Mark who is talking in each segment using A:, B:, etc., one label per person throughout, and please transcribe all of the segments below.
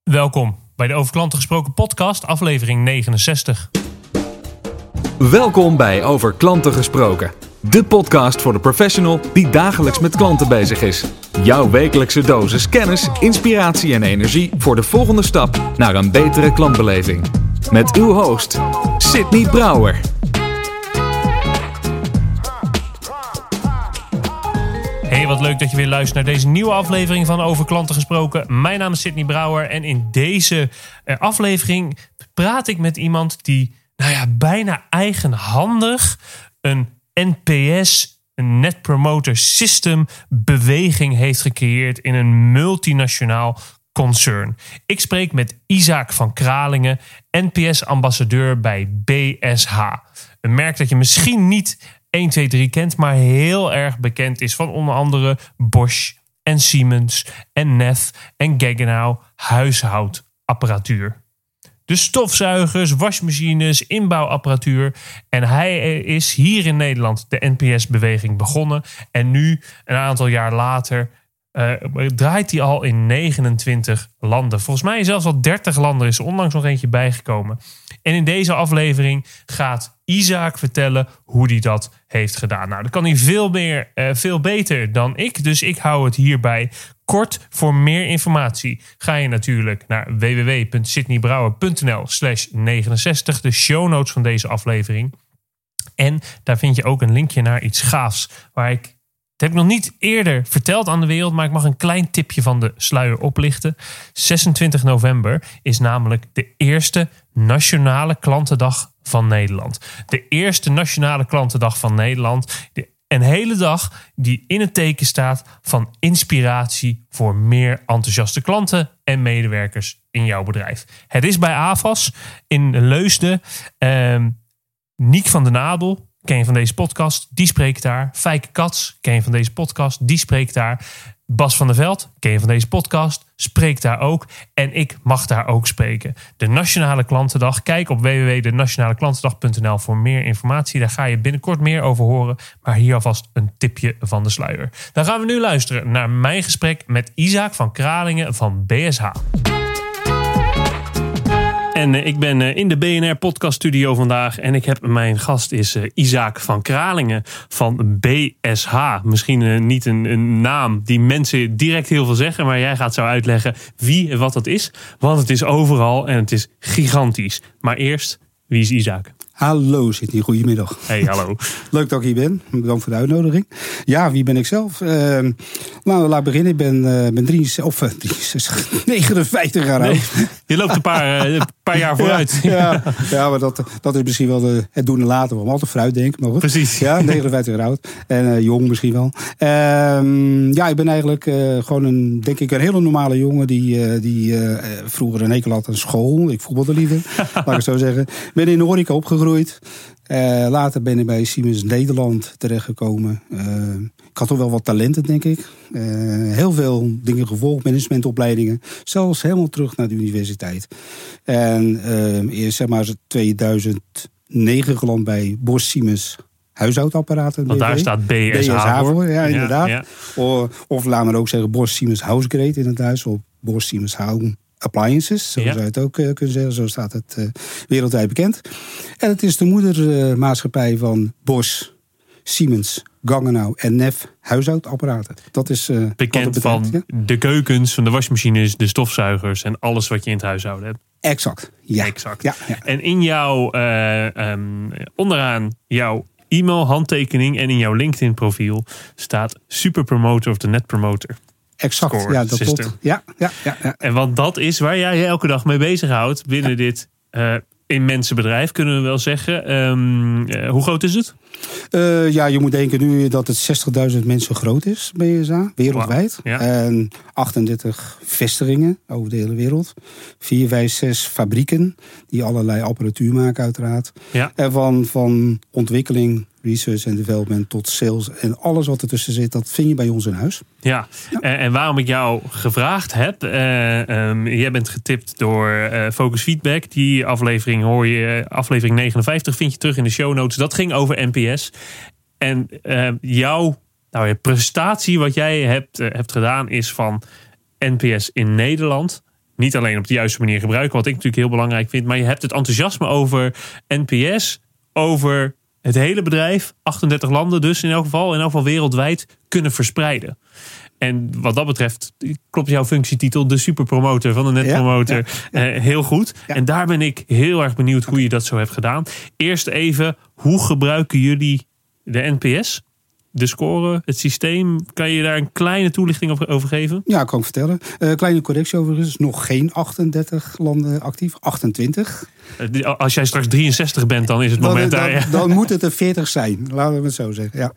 A: Welkom bij de Over Klanten Gesproken podcast, aflevering 69.
B: Welkom bij Over Klanten Gesproken. De podcast voor de professional die dagelijks met klanten bezig is. Jouw wekelijkse dosis kennis, inspiratie en energie voor de volgende stap naar een betere klantbeleving. Met uw host, Sidney Brouwer.
A: Hey, wat leuk dat je weer luistert naar deze nieuwe aflevering van Over Klanten Gesproken. Mijn naam is Sidney Brouwer en in deze aflevering praat ik met iemand die bijna eigenhandig een NPS, een Net Promoter System beweging heeft gecreëerd in een multinationaal concern. Ik spreek met Isaac van Kralingen, NPS-ambassadeur bij BSH. Een merk dat je misschien niet 1, 2, 3 kent, maar heel erg bekend is van onder andere Bosch en Siemens en Neff en Gaggenau huishoudapparatuur. Dus stofzuigers, wasmachines, inbouwapparatuur. En hij is hier in Nederland de NPS-beweging begonnen. En nu, een aantal jaar later, draait hij al in 29 landen. Volgens mij zelfs al 30 landen is er onlangs nog eentje bijgekomen. En in deze aflevering gaat Isaac vertellen hoe hij dat heeft gedaan. Nou, dat kan hij veel beter dan ik. Dus ik hou het hierbij kort. Voor meer informatie ga je natuurlijk naar www.sidneybrouwer.nl/69. De show notes van deze aflevering. En daar vind je ook een linkje naar iets gaafs. Dat heb ik nog niet eerder verteld aan de wereld, maar ik mag een klein tipje van de sluier oplichten. 26 november is namelijk de eerste Nationale Klantendag van Nederland. De eerste Nationale Klantendag van Nederland. Een hele dag die in het teken staat van inspiratie voor meer enthousiaste klanten en medewerkers in jouw bedrijf. Het is bij AVAS in Leusden. Niek van den Adel, ken je van deze podcast, die spreekt daar. Fijke Kats, ken je van deze podcast, die spreekt daar. Bas van der Veld, ken je van deze podcast, spreekt daar ook. En ik mag daar ook spreken. De Nationale Klantendag. Kijk op www.denationaleklantendag.nl voor meer informatie. Daar ga je binnenkort meer over horen. Maar hier alvast een tipje van de sluier. Dan gaan we nu luisteren naar mijn gesprek met Isaac van Kralingen van BSH. En ik ben in de BNR podcast studio vandaag. En ik heb mijn gast is Isaac van Kralingen van BSH. Misschien niet een naam die mensen direct heel veel zeggen. Maar jij gaat zo uitleggen wie en wat dat is. Want het is overal en het is gigantisch. Maar eerst, wie is Isaac?
C: Hallo Sidney, goedemiddag.
A: Hey, hallo.
C: Leuk dat ik hier ben. Bedankt voor de uitnodiging. Ja, wie ben ik zelf? Laten we beginnen. Ik ben 59 jaar oud.
A: Je loopt een paar jaar vooruit.
C: Ja, maar dat is misschien wel het doen en laten. We altijd vooruit denken. Maar goed.
A: Precies.
C: Ja, 59 jaar oud. En jong misschien wel. Ik ben eigenlijk gewoon een hele normale jongen die vroeger een hekel had aan school. Ik voetbalde liever, laat ik het zo zeggen. Ben in de horeca opgegroeid. Later ben ik bij Siemens Nederland terechtgekomen. Ik had toch wel wat talenten, denk ik. Heel veel dingen gevolgd, managementopleidingen. Zelfs helemaal terug naar de universiteit. En eerst 2009 geland bij Bosch Siemens huishoudapparaten.
A: Want daar staat BSH voor.
C: Ja, inderdaad. Ja. Of laten we ook zeggen Bosch Siemens Housegrade in het huis. Of Bosch Siemens Home Appliances, zo zou je het ook kunnen zeggen. Zo staat het wereldwijd bekend. En het is de moedermaatschappij van Bosch, Siemens, Gaggenau en Neff huishoudapparaten. Dat is
A: bekend van de keukens, van de wasmachines, de stofzuigers en alles wat je in het huishouden hebt.
C: Exact, ja.
A: Exact. Ja. En in jouw onderaan jouw e-mail, handtekening en in jouw LinkedIn profiel staat Super Promoter of de Net Promoter.
C: Exact,
A: Score
C: ja, dat
A: system.
C: klopt. Ja.
A: En want dat is waar jij je elke dag mee bezighoudt binnen dit immense bedrijf, kunnen we wel zeggen. Hoe groot is het?
C: Je moet denken nu dat het 60.000 mensen groot is, BSH, wereldwijd.
A: Wow. Ja.
C: En 38 vestigingen over de hele wereld. 4, 5, 6 fabrieken die allerlei apparatuur maken uiteraard.
A: Ja.
C: En van ontwikkeling, research en development tot sales en alles wat ertussen zit, dat vind je bij ons in huis.
A: Ja. En waarom ik jou gevraagd heb, jij bent getipt door Focus Feedback. Die aflevering hoor je, aflevering 59 vind je terug in de show notes. Dat ging over NPS. En jouw prestatie, wat jij hebt gedaan, is van NPS in Nederland niet alleen op de juiste manier gebruiken, wat ik natuurlijk heel belangrijk vind, maar je hebt het enthousiasme over NPS, over het hele bedrijf, 38 landen dus in elk geval wereldwijd, kunnen verspreiden. En wat dat betreft klopt jouw functietitel, de superpromotor van de netpromotor, heel goed. Ja. En daar ben ik heel erg benieuwd hoe je dat zo hebt gedaan. Eerst even, hoe gebruiken jullie de NPS? De score, het systeem, kan je daar een kleine toelichting over geven?
C: Ja, kan ik vertellen. Kleine correctie overigens, nog geen 38 landen actief, 28.
A: Als jij straks 63 bent, dan is het moment daar.
C: Dan moet het er 40 zijn, laten we het zo zeggen.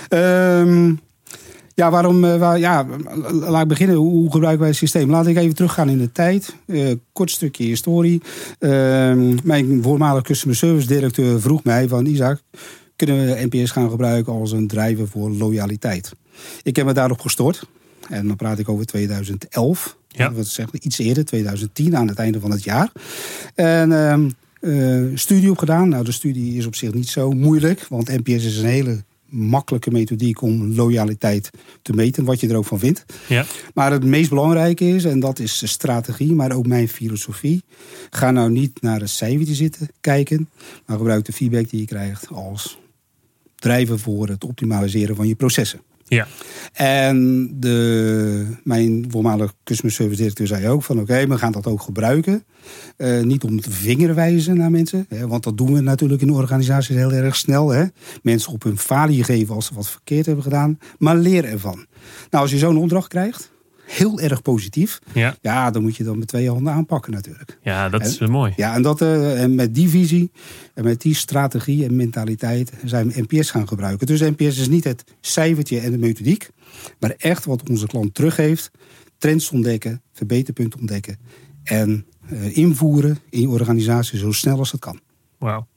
C: Ja. Laat ik beginnen. Hoe gebruiken wij het systeem? Laat ik even teruggaan in de tijd. Kort stukje historie. Mijn voormalige customer service directeur vroeg mij van Isaac, kunnen we NPS gaan gebruiken als een drijver voor loyaliteit? Ik heb me daarop gestort. En dan praat ik over 2011. Ja. Dat is iets eerder, 2010, aan het einde van het jaar. En studie op gedaan. Nou, de studie is op zich niet zo moeilijk. Want NPS is een hele makkelijke methodiek om loyaliteit te meten. Wat je er ook van vindt. Ja. Maar het meest belangrijke is, en dat is de strategie, maar ook mijn filosofie. Ga nou niet naar het cijfertje zitten kijken. Maar gebruik de feedback die je krijgt als drijven voor het optimaliseren van je processen. Ja. En mijn voormalige customer service directeur zei ook van oké, we gaan dat ook gebruiken. Niet om te vingerwijzen naar mensen. Want dat doen we natuurlijk in organisaties heel erg snel. Hè? Mensen op hun falie geven als ze wat verkeerd hebben gedaan. Maar leer ervan. Nou, als je zo'n opdracht krijgt, heel erg positief. Ja, dan moet je dan met 2 handen aanpakken natuurlijk.
A: Ja, dat is mooi.
C: Ja, en met die visie en met die strategie en mentaliteit zijn we NPS gaan gebruiken. Dus NPS is niet het cijfertje en de methodiek, maar echt wat onze klant teruggeeft. Trends ontdekken, verbeterpunten ontdekken en invoeren in je organisatie zo snel als het kan.
A: Wauw.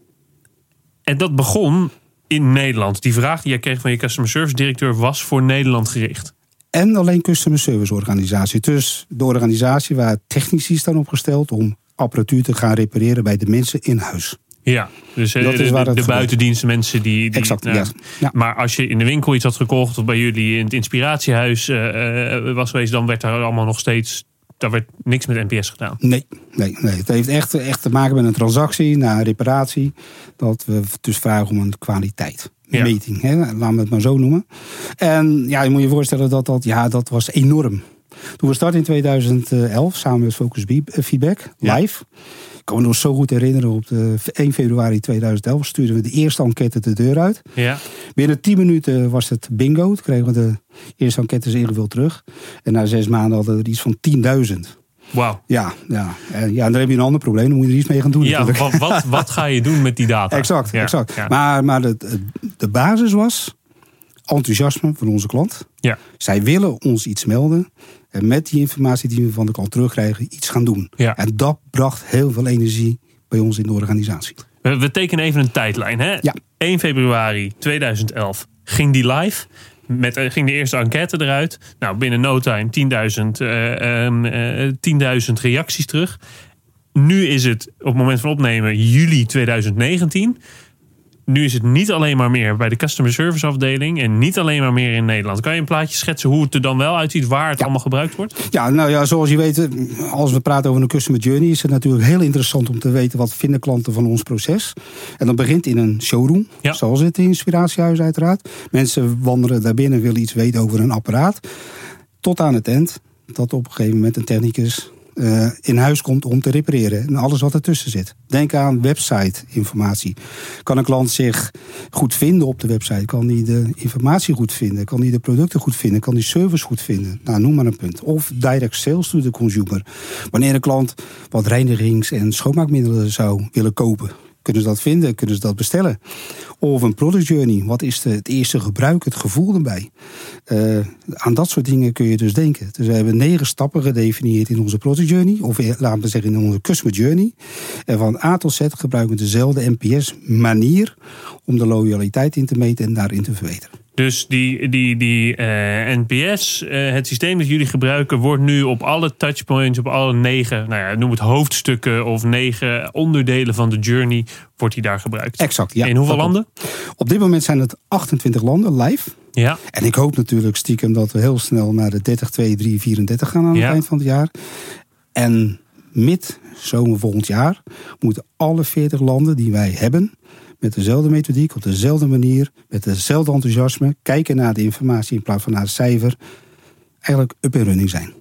A: En dat begon in Nederland. Die vraag die jij kreeg van je customer service directeur was voor Nederland gericht.
C: En alleen customer service organisatie. Dus de organisatie waar technici staan opgesteld om apparatuur te gaan repareren bij de mensen in huis.
A: Ja, dus de buitendiensten, mensen die
C: exact,
A: ja. Maar als je in de winkel iets had gekocht of bij jullie in het inspiratiehuis was geweest, dan werd daar allemaal nog steeds, daar werd niks met NPS gedaan.
C: Nee. Het heeft echt te maken met een transactie naar een reparatie. Dat we dus vragen om een kwaliteit. Meting, hè? Laten we het maar zo noemen. En ja, je moet je voorstellen dat was enorm. Toen we startten in 2011, samen met Focus Feedback, live. Ik kan me nog zo goed herinneren, op 1 februari 2011 stuurden we de eerste enquête de deur uit. Ja. Binnen 10 minuten was het bingo. Toen kregen we de eerste enquêtes ingevuld terug. En na 6 maanden hadden we er iets van 10.000.
A: Wauw.
C: Ja. En dan heb je een ander probleem. Dan moet je er iets mee gaan doen.
A: Ja, wat ga je doen met die data?
C: Exact. Ja. Maar de basis was enthousiasme van onze klant. Ja. Zij willen ons iets melden. En met die informatie die we van de klant terugkrijgen, iets gaan doen. Ja. En dat bracht heel veel energie bij ons in de organisatie.
A: We tekenen even een tijdlijn. Hè? Ja. 1 februari 2011 ging die live. Ging de eerste enquête eruit. Nou, binnen no time 10.000 reacties terug. Nu is het op het moment van opnemen juli 2019. Nu is het niet alleen maar meer bij de customer service afdeling en niet alleen maar meer in Nederland. Kan je een plaatje schetsen hoe het er dan wel uitziet, waar het allemaal gebruikt wordt?
C: Ja, nou ja, zoals je weet, als we praten over een customer journey, is het natuurlijk heel interessant om te weten wat vinden klanten van ons proces. En dat begint in een showroom, zoals het inspiratiehuis uiteraard. Mensen wandelen daar binnen, willen iets weten over een apparaat. Tot aan het eind, dat op een gegeven moment een technicus in huis komt om te repareren. En alles wat ertussen zit. Denk aan website-informatie. Kan een klant zich goed vinden op de website? Kan hij de informatie goed vinden? Kan hij de producten goed vinden? Kan hij service goed vinden? Nou, noem maar een punt. Of direct sales to the consumer. Wanneer een klant wat reinigings- en schoonmaakmiddelen zou willen kopen, kunnen ze dat vinden? Kunnen ze dat bestellen? Of een product journey. Wat is het eerste gebruik, het gevoel erbij? Aan dat soort dingen kun je dus denken. Dus we hebben 9 stappen gedefinieerd in onze product journey. Of laten we zeggen in onze customer journey. En van A tot Z gebruiken we dezelfde NPS-manier om de loyaliteit in te meten en daarin te verbeteren.
A: Dus die NPS, het systeem dat jullie gebruiken, wordt nu op alle touchpoints, op alle 9, noem het hoofdstukken of 9 onderdelen van de journey, wordt die daar gebruikt.
C: Exact, ja.
A: In hoeveel landen?
C: Op dit moment zijn het 28 landen live. Ja. En ik hoop natuurlijk stiekem dat we heel snel naar de 30, 2, 3, 34 gaan aan het eind van het jaar. En zomer volgend jaar moeten alle 40 landen die wij hebben met dezelfde methodiek, op dezelfde manier, met dezelfde enthousiasme kijken naar de informatie in plaats van naar het cijfer, eigenlijk up en running zijn.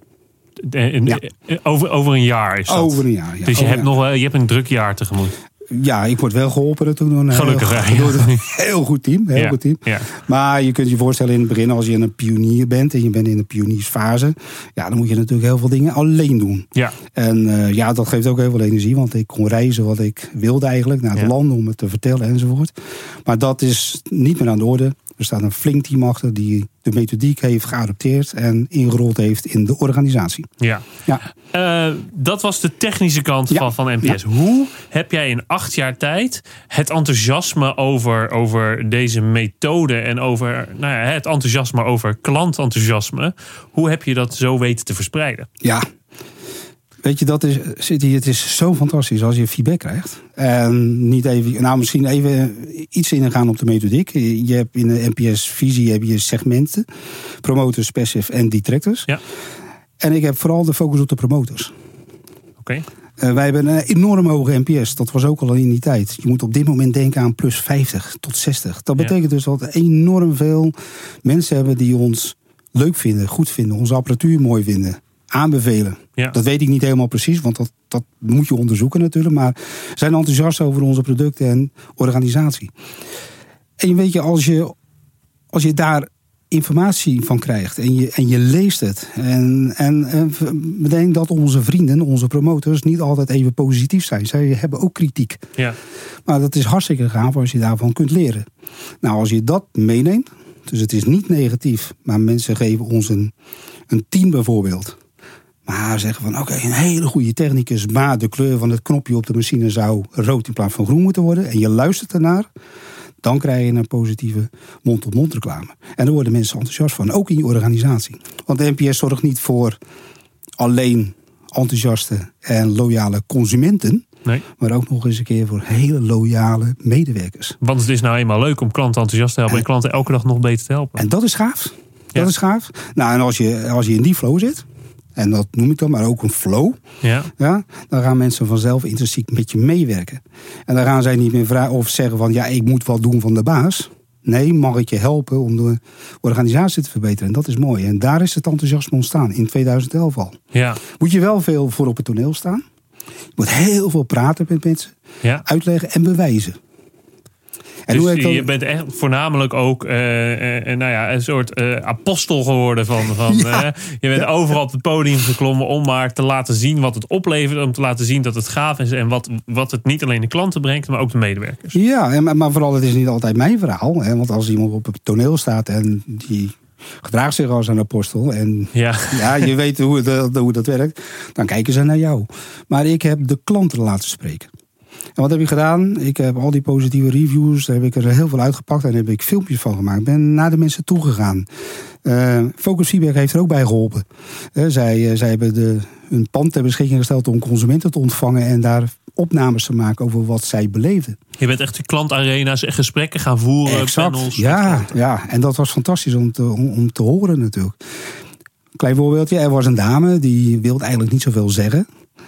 A: Over een jaar is dat?
C: Over een jaar, ja.
A: Dus je hebt een druk jaar tegemoet.
C: Ja, ik word wel geholpen toen door een heel goed team. Goed team.
A: Ja.
C: Maar je kunt je voorstellen in het begin, als je een pionier bent en je bent in de pioniersfase, dan moet je natuurlijk heel veel dingen alleen doen.
A: Ja.
C: En dat geeft ook heel veel energie, want ik kon reizen wat ik wilde eigenlijk, naar de landen om het te vertellen enzovoort. Maar dat is niet meer aan de orde. Er staat een flink team achter die de methodiek heeft geadopteerd en ingerold heeft in de organisatie.
A: Ja. Dat was de technische kant van NPS. Ja. Hoe heb jij in 8 jaar tijd het enthousiasme over deze methode en over het enthousiasme over klantenthousiasme, hoe heb je dat zo weten te verspreiden?
C: Ja. Weet je, het is zo fantastisch als je feedback krijgt. En niet even, misschien even iets ingaan op de methodiek. Je hebt in de NPS-visie heb je segmenten. Promoters, passive en detractors.
A: Ja.
C: En ik heb vooral de focus op de promoters.
A: Oké.
C: Wij hebben een enorm hoge NPS. Dat was ook al in die tijd. Je moet op dit moment denken aan plus 50 tot 60. Dat betekent dus dat we enorm veel mensen hebben die ons leuk vinden, goed vinden, onze apparatuur mooi vinden, aanbevelen. Ja. Dat weet ik niet helemaal precies, want dat moet je onderzoeken natuurlijk. Maar zijn enthousiast over onze producten en organisatie. En weet je, als je daar informatie van krijgt en je leest het. En bedenk dat onze vrienden, onze promotors, niet altijd even positief zijn. Zij hebben ook kritiek. Ja. Maar dat is hartstikke gaaf als je daarvan kunt leren. Nou, als je dat meeneemt, dus het is niet negatief, maar mensen geven ons een 10 bijvoorbeeld. Maar zeggen van oké, een hele goede technicus, maar de kleur van het knopje op de machine zou rood in plaats van groen moeten worden. En je luistert ernaar. Dan krijg je een positieve mond-tot-mond reclame. En daar worden mensen enthousiast van, ook in je organisatie. Want de NPS zorgt niet voor alleen enthousiaste en loyale consumenten. Nee. Maar ook nog eens een keer voor hele loyale medewerkers.
A: Want het is nou eenmaal leuk om klanten enthousiast te helpen en klanten elke dag nog beter te helpen.
C: En dat is gaaf. Dat is gaaf. Nou, en als je in die flow zit, en dat noem ik dan maar ook een flow. Ja, dan gaan mensen vanzelf intrinsiek met je meewerken. En dan gaan zij niet meer vragen of zeggen van ik moet wat doen van de baas. Nee, mag ik je helpen om de organisatie te verbeteren. En dat is mooi. En daar is het enthousiasme ontstaan in 2011 al. Ja. Moet je wel veel voor op het toneel staan. Je moet heel veel praten met mensen. Ja. Uitleggen en bewijzen. En
A: dus je bent echt voornamelijk ook een soort apostel geworden van je bent overal op het podium geklommen om maar te laten zien wat het oplevert, om te laten zien dat het gaaf is en wat het niet alleen de klanten brengt, maar ook de medewerkers. Ja,
C: maar vooral het is niet altijd mijn verhaal. Hè, want als iemand op het toneel staat en die gedraagt zich als een apostel en je weet hoe dat werkt, dan kijken ze naar jou. Maar ik heb de klanten laten spreken. En wat heb ik gedaan? Ik heb al die positieve reviews, daar heb ik er heel veel uitgepakt en daar heb ik filmpjes van gemaakt. Ik ben naar de mensen toegegaan. Focus Feedback heeft er ook bij geholpen. Zij hebben hun pand ter beschikking gesteld om consumenten te ontvangen en daar opnames te maken over wat zij beleefden.
A: Je bent echt de klantararena's en gesprekken gaan voeren.
C: Exact. Panels. Ja, en dat was fantastisch om te horen natuurlijk. Klein voorbeeldje, er was een dame die wilde eigenlijk niet zoveel zeggen.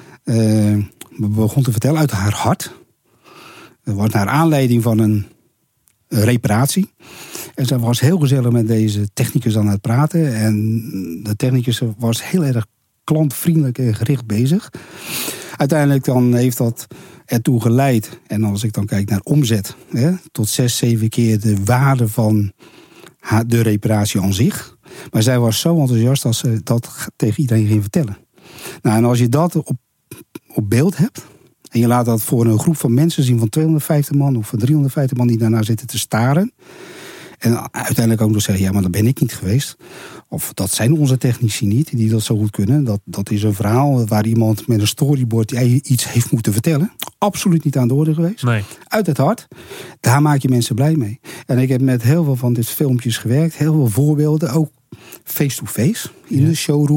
C: Begon te vertellen uit haar hart. Dat was naar aanleiding van een reparatie. En ze was heel gezellig met deze technicus aan het praten. En de technicus was heel erg klantvriendelijk en gericht bezig. Uiteindelijk dan heeft dat ertoe geleid. En als ik dan kijk naar omzet. Tot 6, 7 keer de waarde van de reparatie aan zich. Maar zij was zo enthousiast dat ze dat tegen iedereen ging vertellen. Nou, en als je dat op beeld hebt. En je laat dat voor een groep van mensen zien van 250 man of van 350 man die daarna zitten te staren. En uiteindelijk ook nog zeggen, maar dat ben ik niet geweest. Of dat zijn onze technici niet, die dat zo goed kunnen. Dat is een verhaal waar iemand met een storyboard iets heeft moeten vertellen. Absoluut niet aan de orde geweest. Nee. Uit het hart. Daar maak je mensen blij mee. En ik heb met heel veel van dit filmpjes gewerkt. Heel veel voorbeelden, ook face-to-face in de showroom.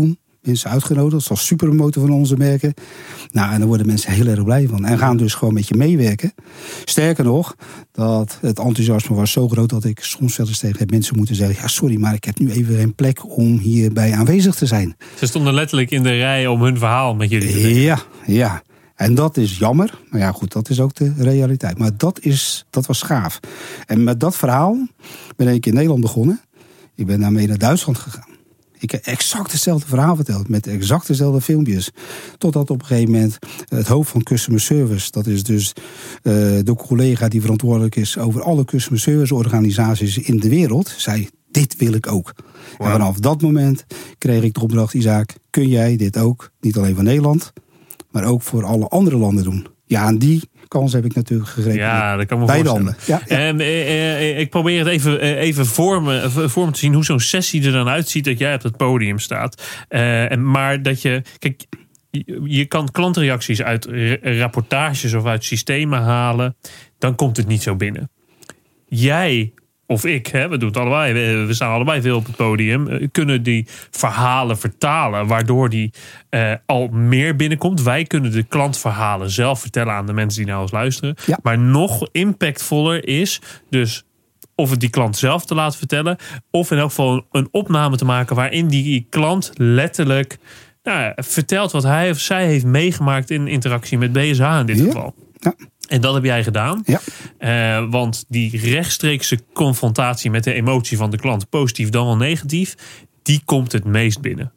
C: mensen uitgenodigd. Zoals supermotor van onze merken. Nou, en daar worden mensen heel erg blij van. En gaan dus gewoon met je meewerken. Sterker nog, dat het enthousiasme was zo groot dat ik soms wel eens tegen mensen moeten zeggen... ja, sorry, maar ik heb nu even geen plek om hierbij aanwezig te zijn.
A: Ze stonden letterlijk in de rij om hun verhaal met jullie te delen.
C: Ja. En dat is jammer. Maar ja, goed, dat is ook de realiteit. Maar dat was gaaf. En met dat verhaal ben ik in Nederland begonnen. Ik ben daarmee naar Duitsland gegaan. Ik heb exact hetzelfde verhaal verteld. Met exact dezelfde filmpjes. Totdat op een gegeven moment het hoofd van Customer Service... dat is dus de collega die verantwoordelijk is... over alle Customer Service organisaties in de wereld... zei, dit wil ik ook. Wow. En vanaf dat moment kreeg ik de opdracht... Isaac, kun jij dit ook, niet alleen voor Nederland... maar ook voor alle andere landen doen? Ja, en die kans heb ik natuurlijk gegrepen.
A: Ja, dat kan me voorstellen. Ja. Ik probeer het even voor me te zien hoe zo'n sessie er dan uitziet dat jij op het podium staat. Maar dat je... Kijk, je kan klantreacties uit rapportages of uit systemen halen. Dan komt het niet zo binnen. Jij... of ik, we doen het allebei, we staan allebei veel op het podium... kunnen die verhalen vertalen... waardoor die al meer binnenkomt. Wij kunnen de klantverhalen zelf vertellen... aan de mensen die naar ons luisteren. Ja. Maar nog impactvoller is... dus of het die klant zelf te laten vertellen... of in elk geval een opname te maken... waarin die klant letterlijk vertelt... wat hij of zij heeft meegemaakt... in interactie met BSH in dit geval. Ja. En dat heb jij gedaan. Ja. Want die rechtstreekse confrontatie met de emotie van de klant... positief dan wel negatief... die komt het meest binnen.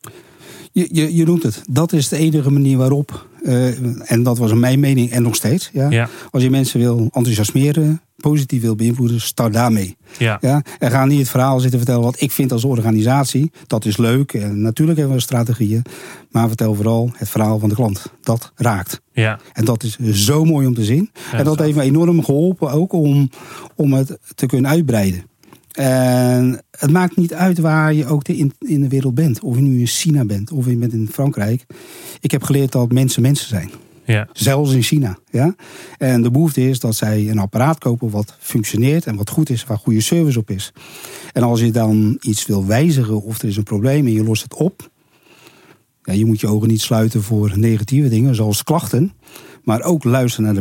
C: Je noemt het. Dat is de enige manier waarop... en dat was mijn mening en nog steeds. Ja. Als je mensen wil enthousiasmeren... positief wil beïnvloeden, start daarmee. Ja. En ga niet het verhaal zitten vertellen... wat ik vind als organisatie. Dat is leuk. En natuurlijk hebben we strategieën. Maar vertel vooral het verhaal van de klant. Dat raakt. Ja. En dat is zo mooi om te zien. Ja, en dat heeft me enorm geholpen ook om het te kunnen uitbreiden. En het maakt niet uit waar je ook in de wereld bent. Of je nu in China bent, of je bent in Frankrijk. Ik heb geleerd dat mensen zijn. Ja. Zelfs in China. Ja? En de behoefte is dat zij een apparaat kopen wat functioneert en wat goed is, waar goede service op is. En als je dan iets wil wijzigen of er is een probleem en je lost het op. Ja, je moet je ogen niet sluiten voor negatieve dingen, zoals klachten. Maar ook luisteren naar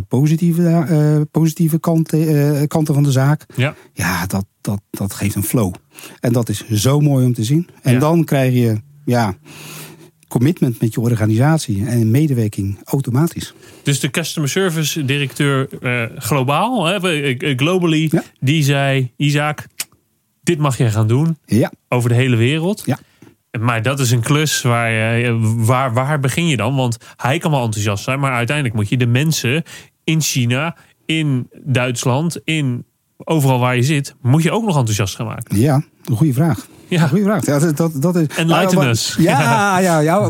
C: de positieve kanten van de zaak. Ja, dat geeft een flow. En dat is zo mooi om te zien. En dan krijg je commitment met je organisatie en medewerking automatisch. Dus de customer service directeur globaal, globally, die zei, Isaac, dit mag jij gaan doen over de hele wereld. Ja. Maar dat is een klus waar begin je dan? Want hij kan wel enthousiast zijn, maar uiteindelijk moet je de mensen in China, in Duitsland, overal waar je zit, moet je ook nog enthousiast gaan maken. Ja, een goede vraag. Ja. Goeie vraag. Ja, dat is, enlighten us. Ja.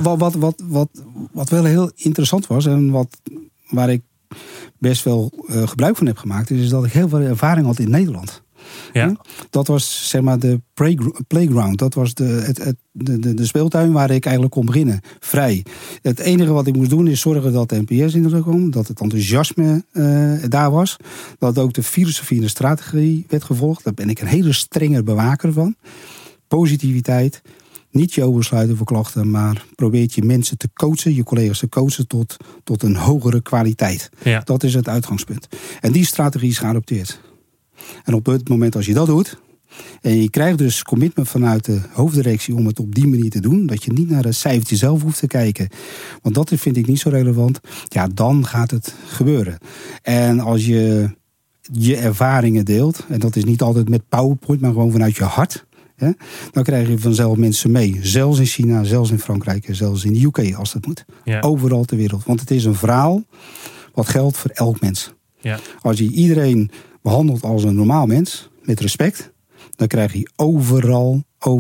C: Wat wel heel interessant was en waar ik best wel gebruik van heb gemaakt, is dat ik heel veel ervaring had in Nederland. Ja. Dat was zeg maar de playground. Dat was de speeltuin waar ik eigenlijk kon beginnen. Vrij. Het enige wat ik moest doen is zorgen dat de NPS in de rug kwam. Dat het enthousiasme daar was. Dat ook de filosofie en de strategie werd gevolgd. Daar ben ik een hele strenge bewaker van. Positiviteit. Niet je ogen sluiten voor klachten, maar probeert je mensen te coachen, je collega's te coachen tot een hogere kwaliteit. Ja. Dat is het uitgangspunt. En die strategie is geadopteerd. En op het moment als je dat doet, en je krijgt dus commitment vanuit de hoofddirectie om het op die manier te doen, dat je niet naar het cijfertje zelf hoeft te kijken, want dat vind ik niet zo relevant, ja, dan gaat het gebeuren. En als je ervaringen deelt, en dat is niet altijd met PowerPoint, maar gewoon vanuit je hart, dan krijg je vanzelf mensen mee. Zelfs in China, zelfs in Frankrijk en zelfs in de UK als dat moet. Ja. Overal ter wereld. Want het is een verhaal wat geldt voor elk mens. Ja. Als je iedereen behandelt als een normaal mens, met respect, dan krijg je overal,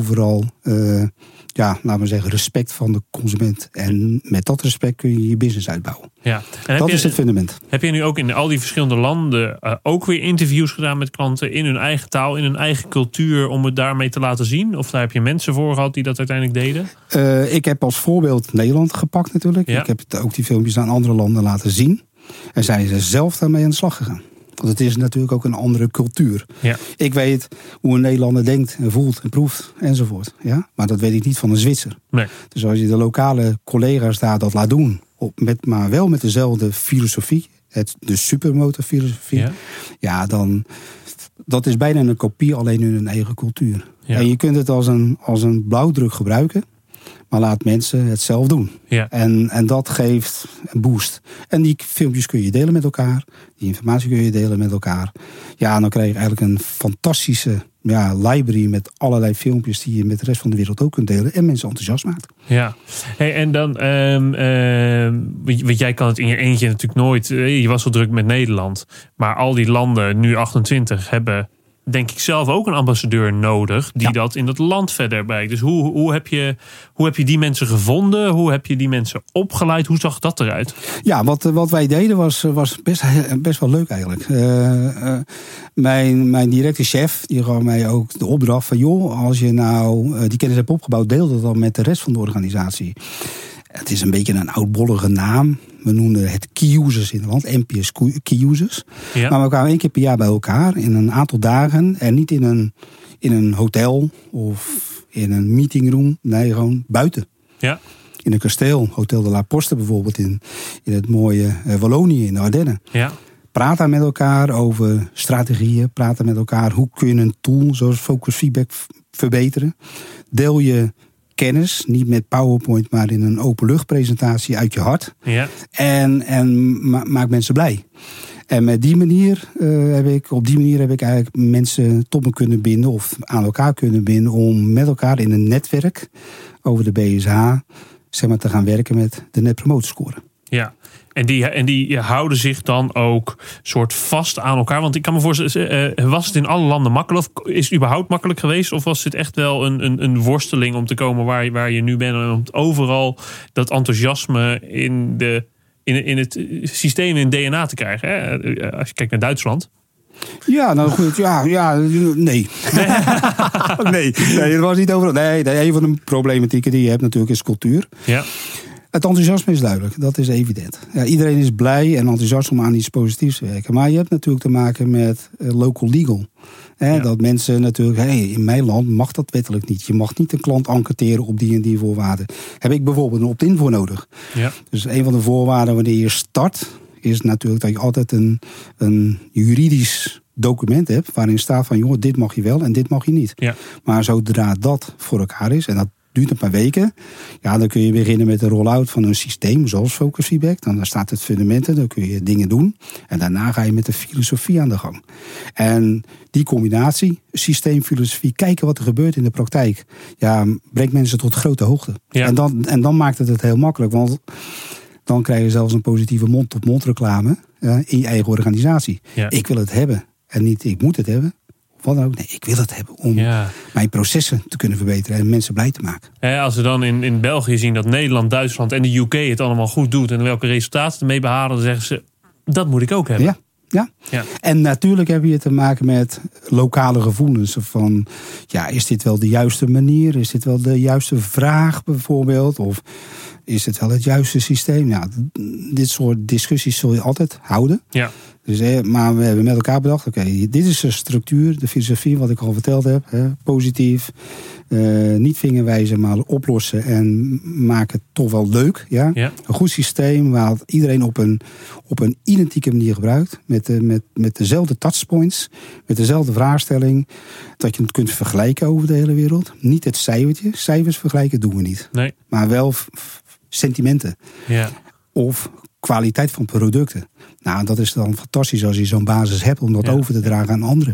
C: laten we zeggen, respect van de consument. En met dat respect kun je je business uitbouwen. Ja. En dat is het fundament. Heb je nu ook in al die verschillende landen ook weer interviews gedaan met klanten in hun eigen taal, in hun eigen cultuur, om het daarmee te laten zien? Of daar heb je mensen voor gehad die dat uiteindelijk deden? Ik heb als voorbeeld Nederland gepakt natuurlijk. Ja. Ik heb ook die filmpjes aan andere landen laten zien. En zijn ze zelf daarmee aan de slag gegaan. Want het is natuurlijk ook een andere cultuur.
A: Ja.
C: Ik weet hoe een Nederlander denkt en voelt en proeft enzovoort. Ja? Maar dat weet ik niet van een Zwitser.
A: Nee.
C: Dus als je de lokale collega's daar dat laat doen, maar wel met dezelfde filosofie, de supermotorfilosofie, dan dat is bijna een kopie alleen in hun eigen cultuur. Ja. En je kunt het als een blauwdruk gebruiken, maar laat mensen het zelf doen. Ja. En dat geeft een boost. En die filmpjes kun je delen met elkaar. Die informatie kun je delen met elkaar. Ja, en dan krijg je eigenlijk een fantastische library met allerlei filmpjes die je met de rest van de wereld ook kunt delen. En mensen enthousiast maakt.
A: Ja, hey, en dan, want jij kan het in je eentje natuurlijk nooit. Je was zo druk met Nederland. Maar al die landen, nu 28, hebben denk ik zelf ook een ambassadeur nodig die dat in dat land verder bereikt. Dus hoe heb je die mensen gevonden? Hoe heb je die mensen opgeleid? Hoe zag dat eruit? Ja,
C: wat wij deden was best wel leuk eigenlijk. Mijn directe chef die gaf mij ook de opdracht van als je nou die kennis hebt opgebouwd, deel dat dan met de rest van de organisatie. Het is een beetje een oudbollige naam. We noemden het key users in het land, NPS key users. Ja. Maar we kwamen 1 keer per jaar bij elkaar in een aantal dagen. En niet in een hotel of in een meetingroom. Nee, gewoon buiten. Ja. In een kasteel, Hotel de la Poste bijvoorbeeld, in het mooie Wallonië in de Ardennen. Ja. Praat daar met elkaar over strategieën. Praat daar met elkaar, hoe kun je een tool zoals Focus Feedback verbeteren. Deel je kennis, niet met PowerPoint, maar in een openluchtpresentatie uit je hart. Ja. En maak mensen blij. En op die manier heb ik eigenlijk mensen tot me kunnen binden of aan elkaar kunnen binden om met elkaar in een netwerk over de BSH te gaan werken met de Net Promoter Score. Ja.
A: En die houden zich dan ook soort vast aan elkaar. Want ik kan me voorstellen, was het in alle landen makkelijk? Of is het überhaupt makkelijk geweest? Of was het echt wel een worsteling om te komen waar je nu bent? En om overal dat enthousiasme in het systeem, in DNA te krijgen. Hè? Als je kijkt naar Duitsland.
C: Ja, nou goed. Nee. Nee, het was niet overal. Nee, een van de problematieken die je hebt natuurlijk is cultuur. Ja. Het enthousiasme is duidelijk, dat is evident. Ja, iedereen is blij en enthousiast om aan iets positiefs te werken. Maar je hebt natuurlijk te maken met local legal. Dat mensen natuurlijk, in mijn land mag dat wettelijk niet. Je mag niet een klant enquêteren op die en die voorwaarden. Heb ik bijvoorbeeld een opt-in voor nodig. Ja. Dus een van de voorwaarden wanneer je start is natuurlijk dat je altijd een juridisch document hebt waarin staat van dit mag je wel en dit mag je niet. Ja. Maar zodra dat voor elkaar is, en dat duurt een paar weken, dan kun je beginnen met de roll-out van een systeem zoals Focus Feedback. Dan staat het fundamenten, dan kun je dingen doen. En daarna ga je met de filosofie aan de gang. En die combinatie, systeemfilosofie, kijken wat er gebeurt in de praktijk, brengt mensen tot grote hoogte. Ja. En dan maakt het heel makkelijk, want dan krijg je zelfs een positieve mond-tot-mond reclame in je eigen organisatie. Ja. Ik wil het hebben en niet ik moet het hebben. Wat ook. Nee, ik wil het hebben om mijn processen te kunnen verbeteren en mensen blij te maken.
A: Als we dan in België zien dat Nederland, Duitsland en de UK het allemaal goed doet en welke resultaten ermee behalen, dan zeggen ze, dat moet ik ook hebben.
C: Ja. En natuurlijk heb je te maken met lokale gevoelens. Van, is dit wel de juiste manier? Is dit wel de juiste vraag bijvoorbeeld? Of is het wel het juiste systeem? Dit soort discussies zul je altijd houden. Ja. Dus, maar we hebben met elkaar bedacht, dit is de structuur, de filosofie, wat ik al verteld heb. Positief, niet vingerwijzen, maar oplossen en maak het toch wel leuk. Ja? Ja. Een goed systeem waar iedereen op een identieke manier gebruikt. Met dezelfde touchpoints, met dezelfde vraagstelling. Dat je het kunt vergelijken over de hele wereld. Niet het cijfertje. Cijfers vergelijken doen we niet. Nee. Maar wel sentimenten. Ja. Of kwaliteit van producten. Dat is dan fantastisch als je zo'n basis hebt om dat over te dragen aan anderen.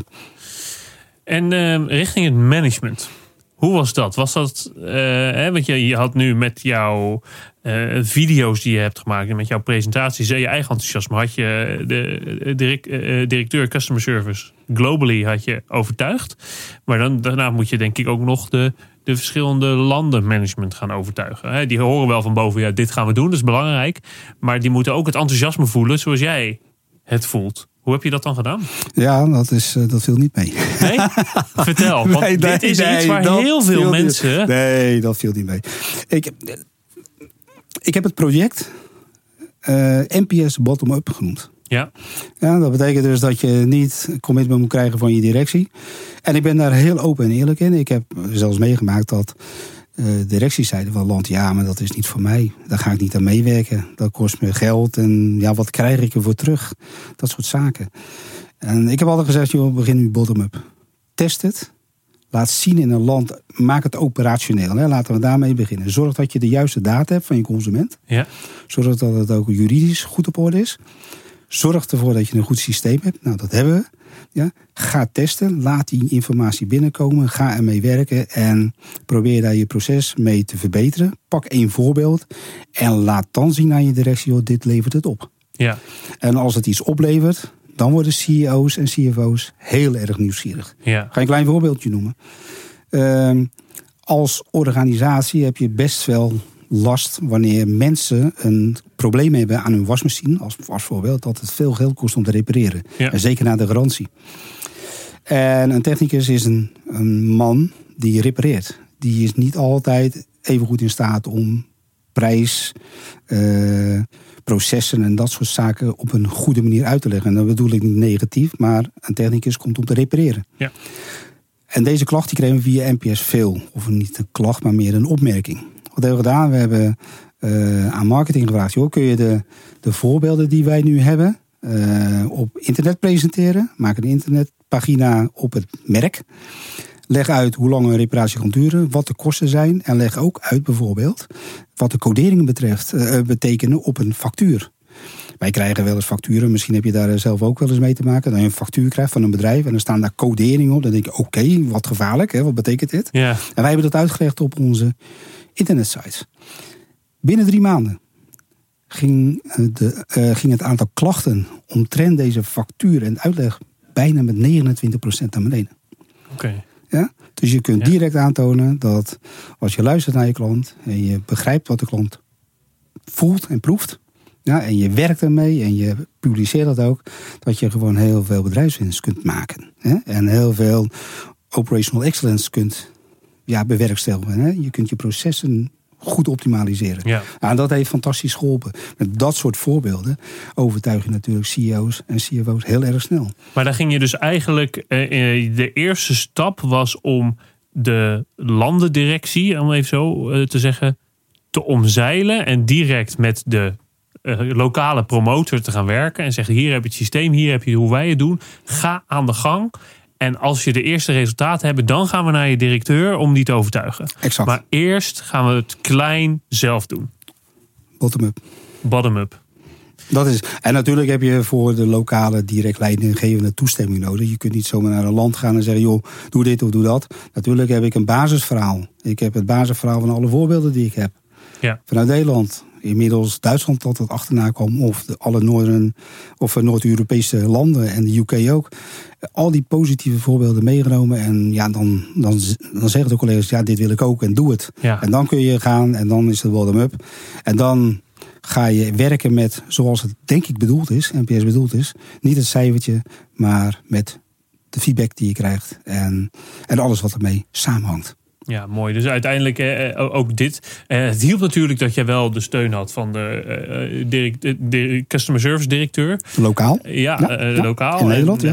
A: En richting het management. Hoe was dat? Was dat, want je had nu met jouw video's die je hebt gemaakt en met jouw presentaties en je eigen enthousiasme had je de directeur Customer Service globally had je overtuigd. Maar daarna moet je denk ik ook nog de verschillende landenmanagement gaan overtuigen. Die horen wel van boven, dit gaan we doen, dat is belangrijk. Maar die moeten ook het enthousiasme voelen zoals jij het voelt. Hoe heb je dat dan gedaan?
C: Ja, dat viel niet mee.
A: Nee? Vertel, want dit is iets waar heel veel mensen...
C: Nee, dat viel niet mee. Ik heb het project NPS Bottom-up genoemd.
A: Ja.
C: Ja, dat betekent dus dat je niet commitment moet krijgen van je directie. En ik ben daar heel open en eerlijk in. Ik heb zelfs meegemaakt dat directies zeiden van land, ja, maar dat is niet voor mij. Daar ga ik niet aan meewerken. Dat kost me geld en ja, wat krijg ik ervoor terug? Dat soort zaken. En ik heb altijd gezegd, joh, begin nu bottom-up. Test het. Laat zien in een land. Maak het operationeel. Hè. Laten we daarmee beginnen. Zorg dat je de juiste data hebt van je consument.
A: Ja.
C: Zorg dat het ook juridisch goed op orde is. Zorg ervoor dat je een goed systeem hebt. Nou, dat hebben we. Ja. Ga testen. Laat die informatie binnenkomen. Ga ermee werken. En probeer daar je proces mee te verbeteren. Pak 1 voorbeeld. En laat dan zien aan je directie, joh, dit levert het op.
A: Ja.
C: En als het iets oplevert, dan worden CEO's en CFO's heel erg nieuwsgierig.
A: Ja.
C: Ga je een klein voorbeeldje noemen. Als organisatie heb je best wel last wanneer mensen een probleem hebben aan hun wasmachine, als voorbeeld, dat het veel geld kost om te repareren.
A: Ja.
C: En zeker na de garantie. En een technicus is een man die repareert. Die is niet altijd even goed in staat om prijs, processen en dat soort zaken op een goede manier uit te leggen. En dat bedoel ik niet negatief, maar een technicus komt om te repareren.
A: Ja.
C: En deze klacht die kregen we via NPS veel. Of niet een klacht, maar meer een opmerking. Wat hebben we gedaan? We hebben aan marketing gevraagd, joh, kun je de voorbeelden die wij nu hebben op internet presenteren? Maak een internetpagina op het merk. Leg uit hoe lang een reparatie kan duren, wat de kosten zijn. En leg ook uit bijvoorbeeld wat de coderingen betekenen op een factuur. Wij krijgen wel eens facturen, misschien heb je daar zelf ook wel eens mee te maken. Dat je een factuur krijgt van een bedrijf en dan staan daar coderingen op. Dan denk je, oké, wat gevaarlijk, hè? Wat betekent dit?
A: Ja.
C: En wij hebben dat uitgelegd op onze internetsite. Binnen 3 maanden ging het aantal klachten omtrent deze factuur en uitleg bijna met 29% naar beneden.
A: Oké.
C: Ja? Dus je kunt direct aantonen dat als je luistert naar je klant en je begrijpt wat de klant voelt en proeft, ja, en je werkt ermee en je publiceert dat ook, dat je gewoon heel veel bedrijfswinst kunt maken. Hè? En heel veel operational excellence kunt bewerkstelligen. Hè? Je kunt je processen goed optimaliseren.
A: Ja.
C: En dat heeft fantastisch geholpen. Met dat soort voorbeelden overtuig je natuurlijk CEO's en CFO's heel erg snel.
A: Maar dan ging je dus eigenlijk, de eerste stap was om de landendirectie, om even zo te zeggen, te omzeilen en direct met de lokale promotor te gaan werken en zeggen, hier heb je het systeem, hier heb je hoe wij het doen. Ga aan de gang. En als je de eerste resultaten hebt, dan gaan we naar je directeur om die te overtuigen.
C: Exact.
A: Maar eerst gaan we het klein zelf doen.
C: Bottom-up.
A: Bottom-up.
C: Dat is. En natuurlijk heb je voor de lokale direct leidinggevende toestemming nodig. Je kunt niet zomaar naar een land gaan en zeggen, joh, doe dit of doe dat. Natuurlijk heb ik een basisverhaal. Ik heb het basisverhaal van alle voorbeelden die ik heb.
A: Ja.
C: Vanuit Nederland. Inmiddels Duitsland dat het achterna kwam. Of alle Noord-Europese landen en de UK ook. Al die positieve voorbeelden meegenomen. En ja, dan zeggen de collega's, ja, dit wil ik ook en doe het.
A: Ja.
C: En dan kun je gaan en dan is het bottom-up. En dan ga je werken met, zoals het denk ik bedoeld is, NPS bedoeld is. Niet het cijfertje, maar met de feedback die je krijgt. En alles wat ermee samenhangt.
A: Ja, mooi. Dus uiteindelijk ook dit. Het hielp natuurlijk dat jij wel de steun had van de customer service directeur.
C: Lokaal.
A: Lokaal.
C: In Nederland,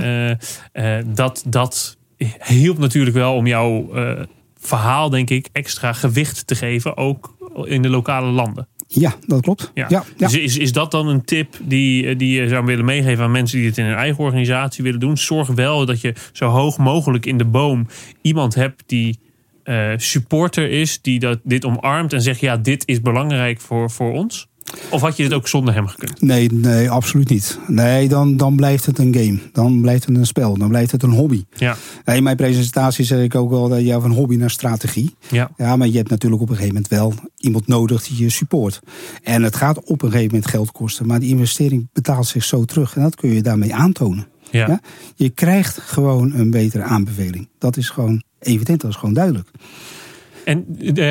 A: Dat hielp natuurlijk wel om jouw verhaal, denk ik, extra gewicht te geven. Ook in de lokale landen.
C: Ja, dat klopt. Ja.
A: Dus is dat dan een tip die je zou willen meegeven aan mensen die het in hun eigen organisatie willen doen? Zorg wel dat je zo hoog mogelijk in de boom iemand hebt die supporter is, die dit omarmt en zegt, ja, dit is belangrijk voor ons? Of had je dit ook zonder hem gekund?
C: Nee, absoluut niet. Nee, dan blijft het een game. Dan blijft het een spel. Dan blijft het een hobby.
A: Ja.
C: In mijn presentatie zeg ik ook wel dat je van hobby naar strategie.
A: Ja.
C: Ja, maar je hebt natuurlijk op een gegeven moment wel iemand nodig die je support. En het gaat op een gegeven moment geld kosten. Maar die investering betaalt zich zo terug. En dat kun je daarmee aantonen.
A: Ja.
C: Ja? Je krijgt gewoon een betere aanbeveling. Dat is gewoon evident, dat is gewoon duidelijk.
A: En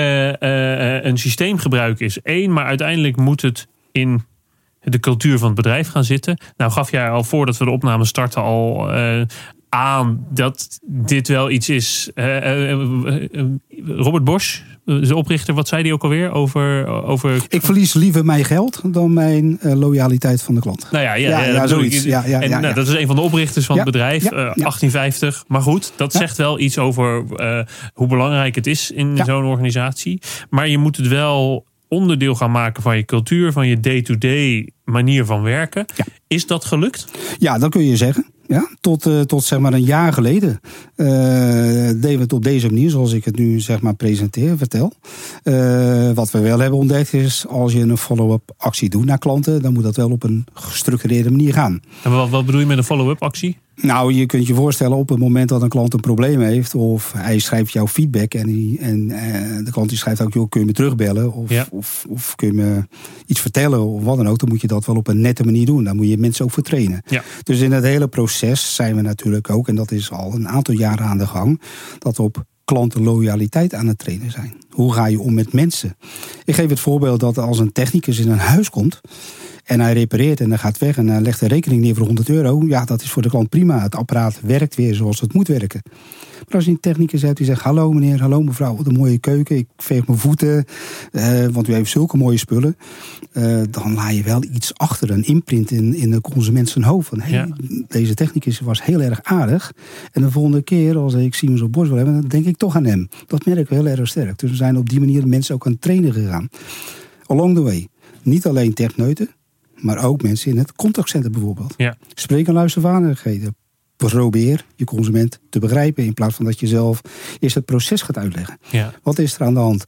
A: een systeemgebruik is één, maar uiteindelijk moet het in de cultuur van het bedrijf gaan zitten. Nou gaf jij al voordat we de opname starten al aan dat dit wel iets is. Robert Bosch de oprichter, wat zei die ook alweer over...
C: Ik verlies liever mijn geld dan mijn loyaliteit van de klant.
A: Nou ja,
C: zoiets.
A: Dat is een van de oprichters van het bedrijf, 1850. Maar goed, dat zegt wel iets over hoe belangrijk het is in zo'n organisatie. Maar je moet het wel onderdeel gaan maken van je cultuur, van je day-to-day manier van werken. Ja. Is dat gelukt? Ja, dat kun je zeggen. Ja, tot zeg maar een jaar geleden deden we het op deze manier, zoals ik het nu zeg maar vertel. Wat we wel hebben ontdekt is, als je een follow-up actie doet naar klanten, dan moet dat wel op een gestructureerde manier gaan. En wat bedoel je met een follow-up actie?
C: Nou, je kunt je voorstellen op het moment dat een klant een probleem heeft, of hij schrijft jouw feedback en de klant die schrijft ook, joh, kun je me terugbellen of kun je me iets vertellen of wat dan ook, dan moet je dat wel op een nette manier doen. Daar moet je mensen ook voor trainen. Ja. Dus in het hele proces zijn we natuurlijk ook, en dat is al een aantal jaren aan de gang, dat we op klantenloyaliteit aan het trainen zijn. Hoe ga je om met mensen? Ik geef het voorbeeld dat als een technicus in een huis komt en hij repareert en hij gaat weg en hij legt een rekening neer voor €100. Ja, dat is voor de klant prima. Het apparaat werkt weer zoals het moet werken. Maar als je een technicus hebt die zegt, hallo meneer, hallo mevrouw, wat een mooie keuken. Ik veeg mijn voeten, want u heeft zulke mooie spullen. Dan laat je wel iets achter, een imprint in de consument zijn hoofd. Van, deze technicus was heel erg aardig. En de volgende keer, als ik Siemens op borst wil hebben, dan denk ik toch aan hem. Dat merk ik heel erg sterk. Dus we zijn op die manier mensen ook aan het trainen gegaan. Along the way. Niet alleen techneuten, maar ook mensen in het contactcenter bijvoorbeeld. Ja. Spreek- en luistervaardigheden. Probeer je consument te begrijpen in plaats van dat je zelf eerst het proces gaat uitleggen. Ja. Wat is er aan de hand?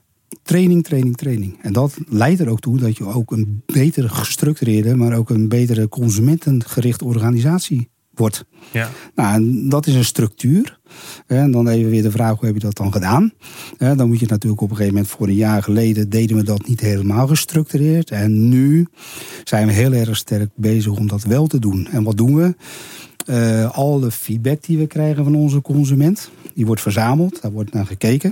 C: Training. En dat leidt er ook toe dat je ook een betere gestructureerde, maar ook een betere consumentengerichte organisatie wordt. Ja. Nou, en dat is een structuur. En dan even weer de vraag, hoe heb je dat dan gedaan? Dan moet je natuurlijk op een gegeven moment, voor een jaar geleden deden we dat niet helemaal gestructureerd. En nu zijn we heel erg sterk bezig om dat wel te doen. En wat doen we? Al de feedback die we krijgen van onze consument, die wordt verzameld, daar wordt naar gekeken.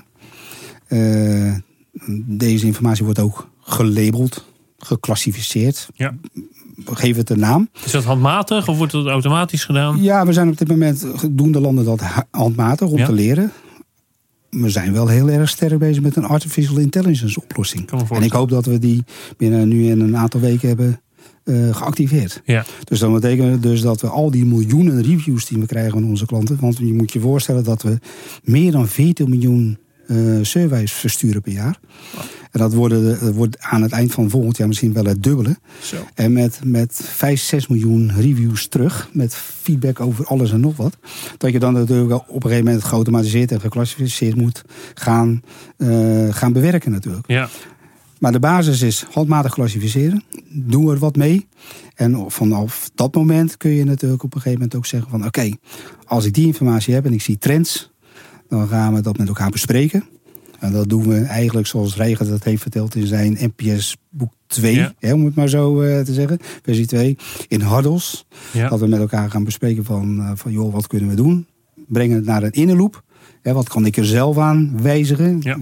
C: Deze informatie wordt ook gelabeld, geclassificeerd. Ja. Geef het een naam.
A: Is dat handmatig of wordt dat automatisch gedaan?
C: Ja, we zijn op dit moment, doen de landen dat handmatig om te leren. We zijn wel heel erg sterk bezig met een artificial intelligence oplossing. En ik hoop dat we die binnen nu in een aantal weken hebben geactiveerd. Ja. Dus dat betekent dus dat we al die miljoenen reviews die we krijgen van onze klanten, want je moet je voorstellen dat we meer dan 14 miljoen surveys versturen per jaar. Wow. En dat wordt aan het eind van volgend jaar misschien wel het dubbele. Zo. En met 5-6 miljoen reviews terug, met feedback over alles en nog wat, dat je dan natuurlijk op een gegeven moment geautomatiseerd en geclassificeerd moet gaan bewerken natuurlijk. Ja. Maar de basis is handmatig klassificeren. Doe er wat mee. En vanaf dat moment kun je natuurlijk op een gegeven moment ook zeggen van oké, als ik die informatie heb en ik zie trends, dan gaan we dat met elkaar bespreken. En dat doen we eigenlijk zoals Reiger dat heeft verteld in zijn NPS boek 2, om het maar zo te zeggen, versie 2, in huddles. Ja. Dat we met elkaar gaan bespreken van joh, wat kunnen we doen? Brengen het naar een innerloop. Wat kan ik er zelf aan wijzigen? Ja.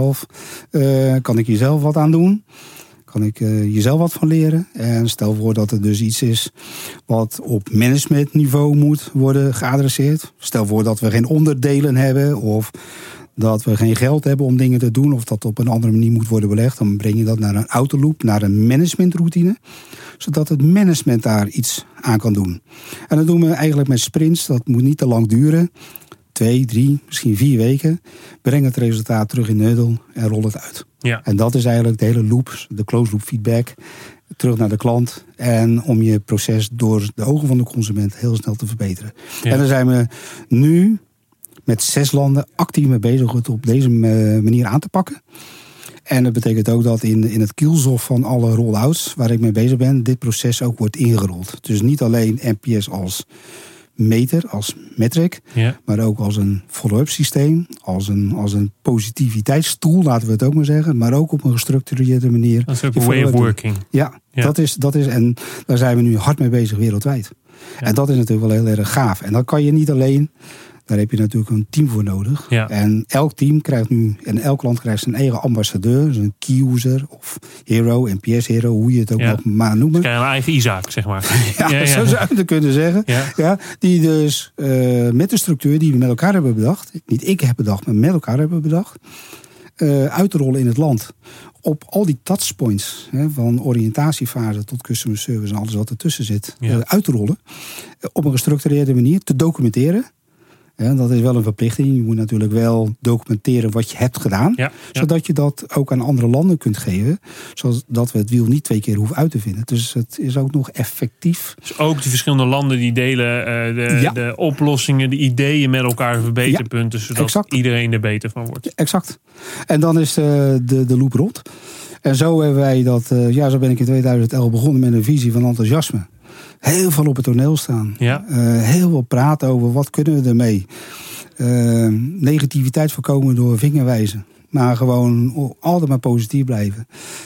C: Kan ik hier zelf wat aan doen? Kan ik jezelf wat van leren? En stel voor dat er dus iets is wat op managementniveau moet worden geadresseerd. Stel voor dat we geen onderdelen hebben of dat we geen geld hebben om dingen te doen of dat op een andere manier moet worden belegd. Dan breng je dat naar een autoloop, naar een managementroutine. Zodat het management daar iets aan kan doen. En dat doen we eigenlijk met sprints. Dat moet niet te lang duren. 2, 3, misschien 4 weken. Breng het resultaat terug in de huddle en rol het uit. Ja. En dat is eigenlijk de hele loop, de closed loop feedback. Terug naar de klant. En om je proces door de ogen van de consument heel snel te verbeteren. Ja. En daar zijn we nu met 6 landen actief mee bezig het op deze manier aan te pakken. En dat betekent ook dat in het kielzog van alle rollouts waar ik mee bezig ben, dit proces ook wordt ingerold. Dus niet alleen NPS als meter, als metric, maar ook als een follow-up systeem, als een positiviteitstool, laten we het ook maar zeggen, maar ook op een gestructureerde manier.
A: Dat is ook een way of working.
C: Ja. Dat is, en daar zijn we nu hard mee bezig wereldwijd. Ja. En dat is natuurlijk wel heel erg gaaf. En dat kan je niet alleen. Daar heb je natuurlijk een team voor nodig. Ja. En elk team krijgt nu, en elk land krijgt zijn eigen ambassadeur. Dus een key user of hero, NPS hero, hoe je het ook nog maar noemen.
A: Dus een eigen Isaac, zeg maar.
C: Zo zou je het kunnen zeggen. Ja. Ja, die dus met de structuur die we met elkaar hebben bedacht. Niet ik heb bedacht, maar met elkaar hebben bedacht. uit te rollen in het land. Op al die touchpoints, van oriëntatiefase tot customer service en alles wat ertussen zit, uit te rollen. Op een gestructureerde manier te documenteren. Ja, dat is wel een verplichting. Je moet natuurlijk wel documenteren wat je hebt gedaan. Ja. Zodat je dat ook aan andere landen kunt geven. Zodat we het wiel niet 2 keer hoeven uit te vinden. Dus het is ook nog effectief.
A: Dus ook die verschillende landen die delen de oplossingen, de ideeën met elkaar verbeterpunten. Zodat iedereen er beter van wordt.
C: Ja, exact. En dan is de loop rond. En zo hebben wij dat. Zo ben ik in 2011 begonnen met een visie van enthousiasme. Heel veel op het toneel staan. Ja. Heel veel praten over wat kunnen we ermee. Negativiteit voorkomen door vingerwijzen. Maar gewoon altijd maar positief blijven.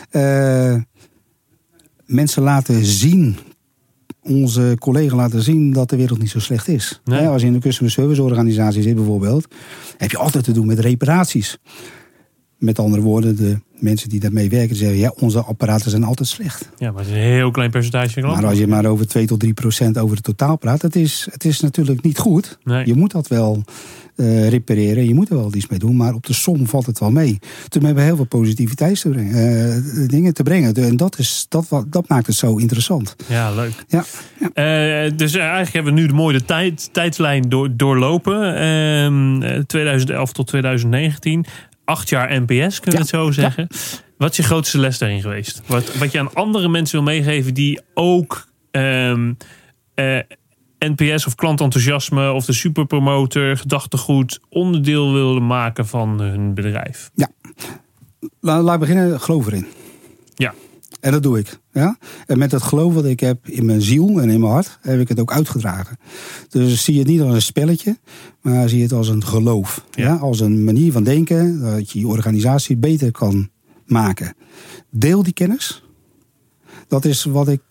C: Mensen laten zien, onze collega's laten zien dat de wereld niet zo slecht is. Nee. Als je in een customer service organisatie zit bijvoorbeeld, heb je altijd te doen met reparaties. Met andere woorden, de mensen die daarmee werken zeggen, ja, onze apparaten zijn altijd slecht.
A: Ja, maar het is een heel klein percentage.
C: Maar als je maar over 2 tot 3% over het totaal praat, het is natuurlijk niet goed. Nee. Je moet dat wel repareren, je moet er wel iets mee doen, maar op de som valt het wel mee. Toen hebben we heel veel positiviteit te brengen, dingen te brengen. En dat maakt het zo interessant.
A: Ja, leuk. Ja. Dus eigenlijk hebben we nu de mooie tijdslijn doorlopen. 2011 tot 2019. 8 jaar NPS, kunnen we het zo zeggen. Ja. Wat is je grootste les daarin geweest? Wat je aan andere mensen wil meegeven die ook NPS of klantenthousiasme of de superpromotor, gedachtegoed, onderdeel willen maken van hun bedrijf?
C: Ja, laat ik beginnen. Geloof erin.
A: Ja.
C: En dat doe ik. Ja? En met het geloof wat ik heb in mijn ziel en in mijn hart, heb ik het ook uitgedragen. Dus zie het niet als een spelletje, maar zie het als een geloof. Ja. Ja? Als een manier van denken dat je je organisatie beter kan maken. Deel die kennis. Dat is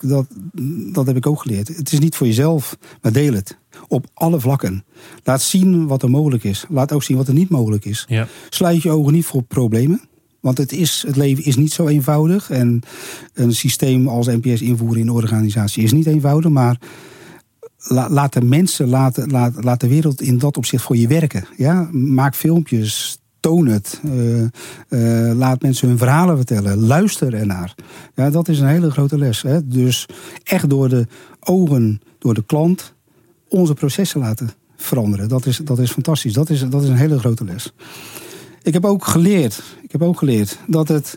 C: dat heb ik ook geleerd. Het is niet voor jezelf, maar deel het. Op alle vlakken. Laat zien wat er mogelijk is. Laat ook zien wat er niet mogelijk is. Ja. Sluit je ogen niet voor problemen. Want het leven is niet zo eenvoudig. En een systeem als NPS invoeren in een organisatie is niet eenvoudig. Maar laat de mensen, laat de wereld in dat opzicht voor je werken. Ja? Maak filmpjes, toon het. Laat mensen hun verhalen vertellen. Luister ernaar. Ja, dat is een hele grote les. Hè? Dus echt door de ogen, door de klant, onze processen laten veranderen. Dat is fantastisch. Dat is een hele grote les. Ik heb ook geleerd dat het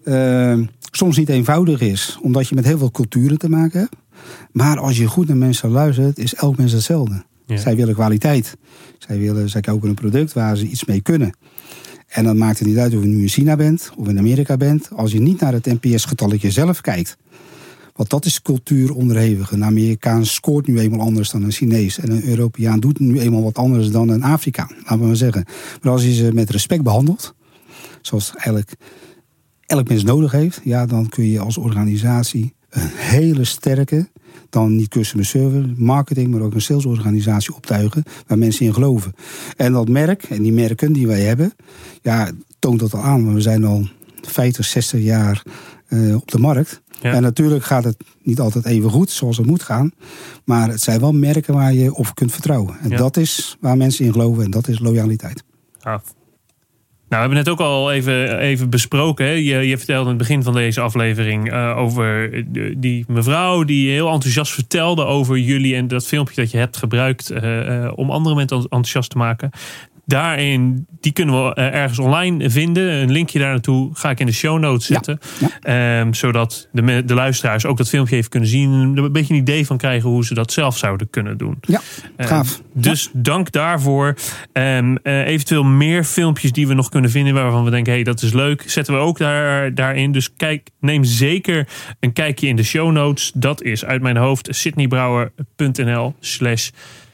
C: soms niet eenvoudig is. Omdat je met heel veel culturen te maken hebt. Maar als je goed naar mensen luistert, is elk mens hetzelfde. Ja. Zij willen kwaliteit. Zij kopen een product waar ze iets mee kunnen. En dan maakt het niet uit of je nu in China bent of in Amerika bent. Als je niet naar het NPS-getalletje zelf kijkt. Want dat is cultuur onderhevig. Een Amerikaan scoort nu eenmaal anders dan een Chinees. En een Europeaan doet nu eenmaal wat anders dan een Afrikaan. Laten we maar zeggen. Maar als je ze met respect behandelt, zoals eigenlijk elk mens nodig heeft, ja, dan kun je als organisatie een hele sterke, dan niet customer service, marketing, maar ook een salesorganisatie optuigen waar mensen in geloven. En dat merk, en die merken die wij hebben, ja, toont dat al aan. Want we zijn al 50, 60 jaar op de markt. Ja. En natuurlijk gaat het niet altijd even goed zoals het moet gaan. Maar het zijn wel merken waar je op kunt vertrouwen. En dat is waar mensen in geloven en dat is loyaliteit.
A: Ja. Nou, we hebben net ook al even besproken. Hè? Je vertelde in het begin van deze aflevering over die mevrouw die heel enthousiast vertelde over jullie en dat filmpje dat je hebt gebruikt om andere mensen enthousiast te maken. Daarin, die kunnen we ergens online vinden. Een linkje daar naartoe ga ik in de show notes zetten. Ja. Zodat de luisteraars ook dat filmpje even kunnen zien. En een beetje een idee van krijgen hoe ze dat zelf zouden kunnen doen.
C: Ja, gaaf.
A: Dus dank daarvoor. Eventueel meer filmpjes die we nog kunnen vinden waarvan we denken, hey, dat is leuk. Zetten we ook daarin. Dus neem zeker een kijkje in de show notes. Dat is uit mijn hoofd sydneybrouwer.nl/69.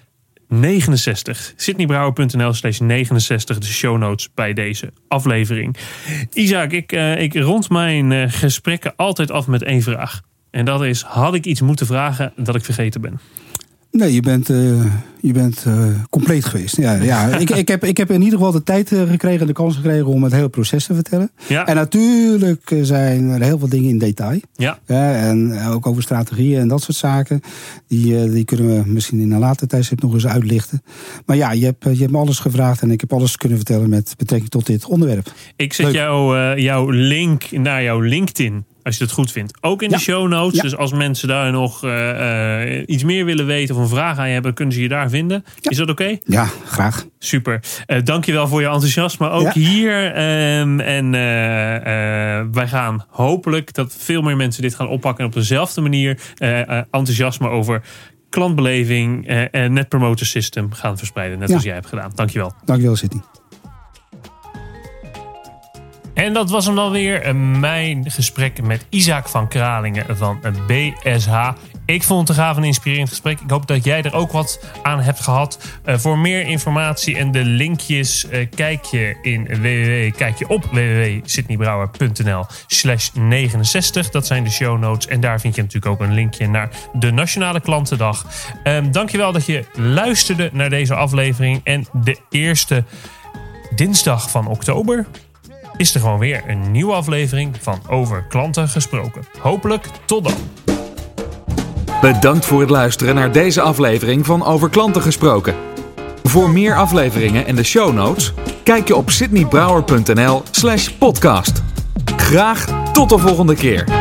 A: sydneybrouwer.nl/69, de show notes bij deze aflevering. Isaac, ik rond mijn gesprekken altijd af met 1 vraag. En dat is, had ik iets moeten vragen dat ik vergeten ben?
C: Nee, je bent compleet geweest. Ja. Ik heb in ieder geval de tijd gekregen en de kans gekregen om het hele proces te vertellen.
A: Ja.
C: En natuurlijk zijn er heel veel dingen in detail.
A: Ja.
C: En ook over strategieën en dat soort zaken. Die kunnen we misschien in een later tijdstip nog eens uitlichten. Maar ja, je hebt me alles gevraagd en ik heb alles kunnen vertellen met betrekking tot dit onderwerp.
A: Ik zet jouw link naar jouw LinkedIn, als je het goed vindt, ook in de show notes. Ja. Dus als mensen daar nog iets meer willen weten of een vraag aan je hebben, kunnen ze je daar vinden. Ja. Is dat oké?
C: Ja, graag.
A: Super. Dankjewel voor je enthousiasme ook hier. Wij gaan hopelijk dat veel meer mensen dit gaan oppakken en op dezelfde manier enthousiasme over klantbeleving en Net Promoter System gaan verspreiden. Net als jij hebt gedaan. Dankjewel.
C: Dankjewel, Sidney.
A: En dat was hem dan weer, mijn gesprek met Isaac van Kralingen van BSH. Ik vond het een gaaf en inspirerend gesprek. Ik hoop dat jij er ook wat aan hebt gehad. Voor meer informatie en de linkjes kijk je op www.sydneybrouwer.nl/69. Dat zijn de show notes. En daar vind je natuurlijk ook een linkje naar de Nationale Klantendag. Dankjewel dat je luisterde naar deze aflevering. En de eerste dinsdag van oktober is er gewoon weer een nieuwe aflevering van Over Klanten Gesproken. Hopelijk tot dan.
B: Bedankt voor het luisteren naar deze aflevering van Over Klanten Gesproken. Voor meer afleveringen en de show notes, kijk je op sydneybrouwer.nl/podcast. Graag tot de volgende keer.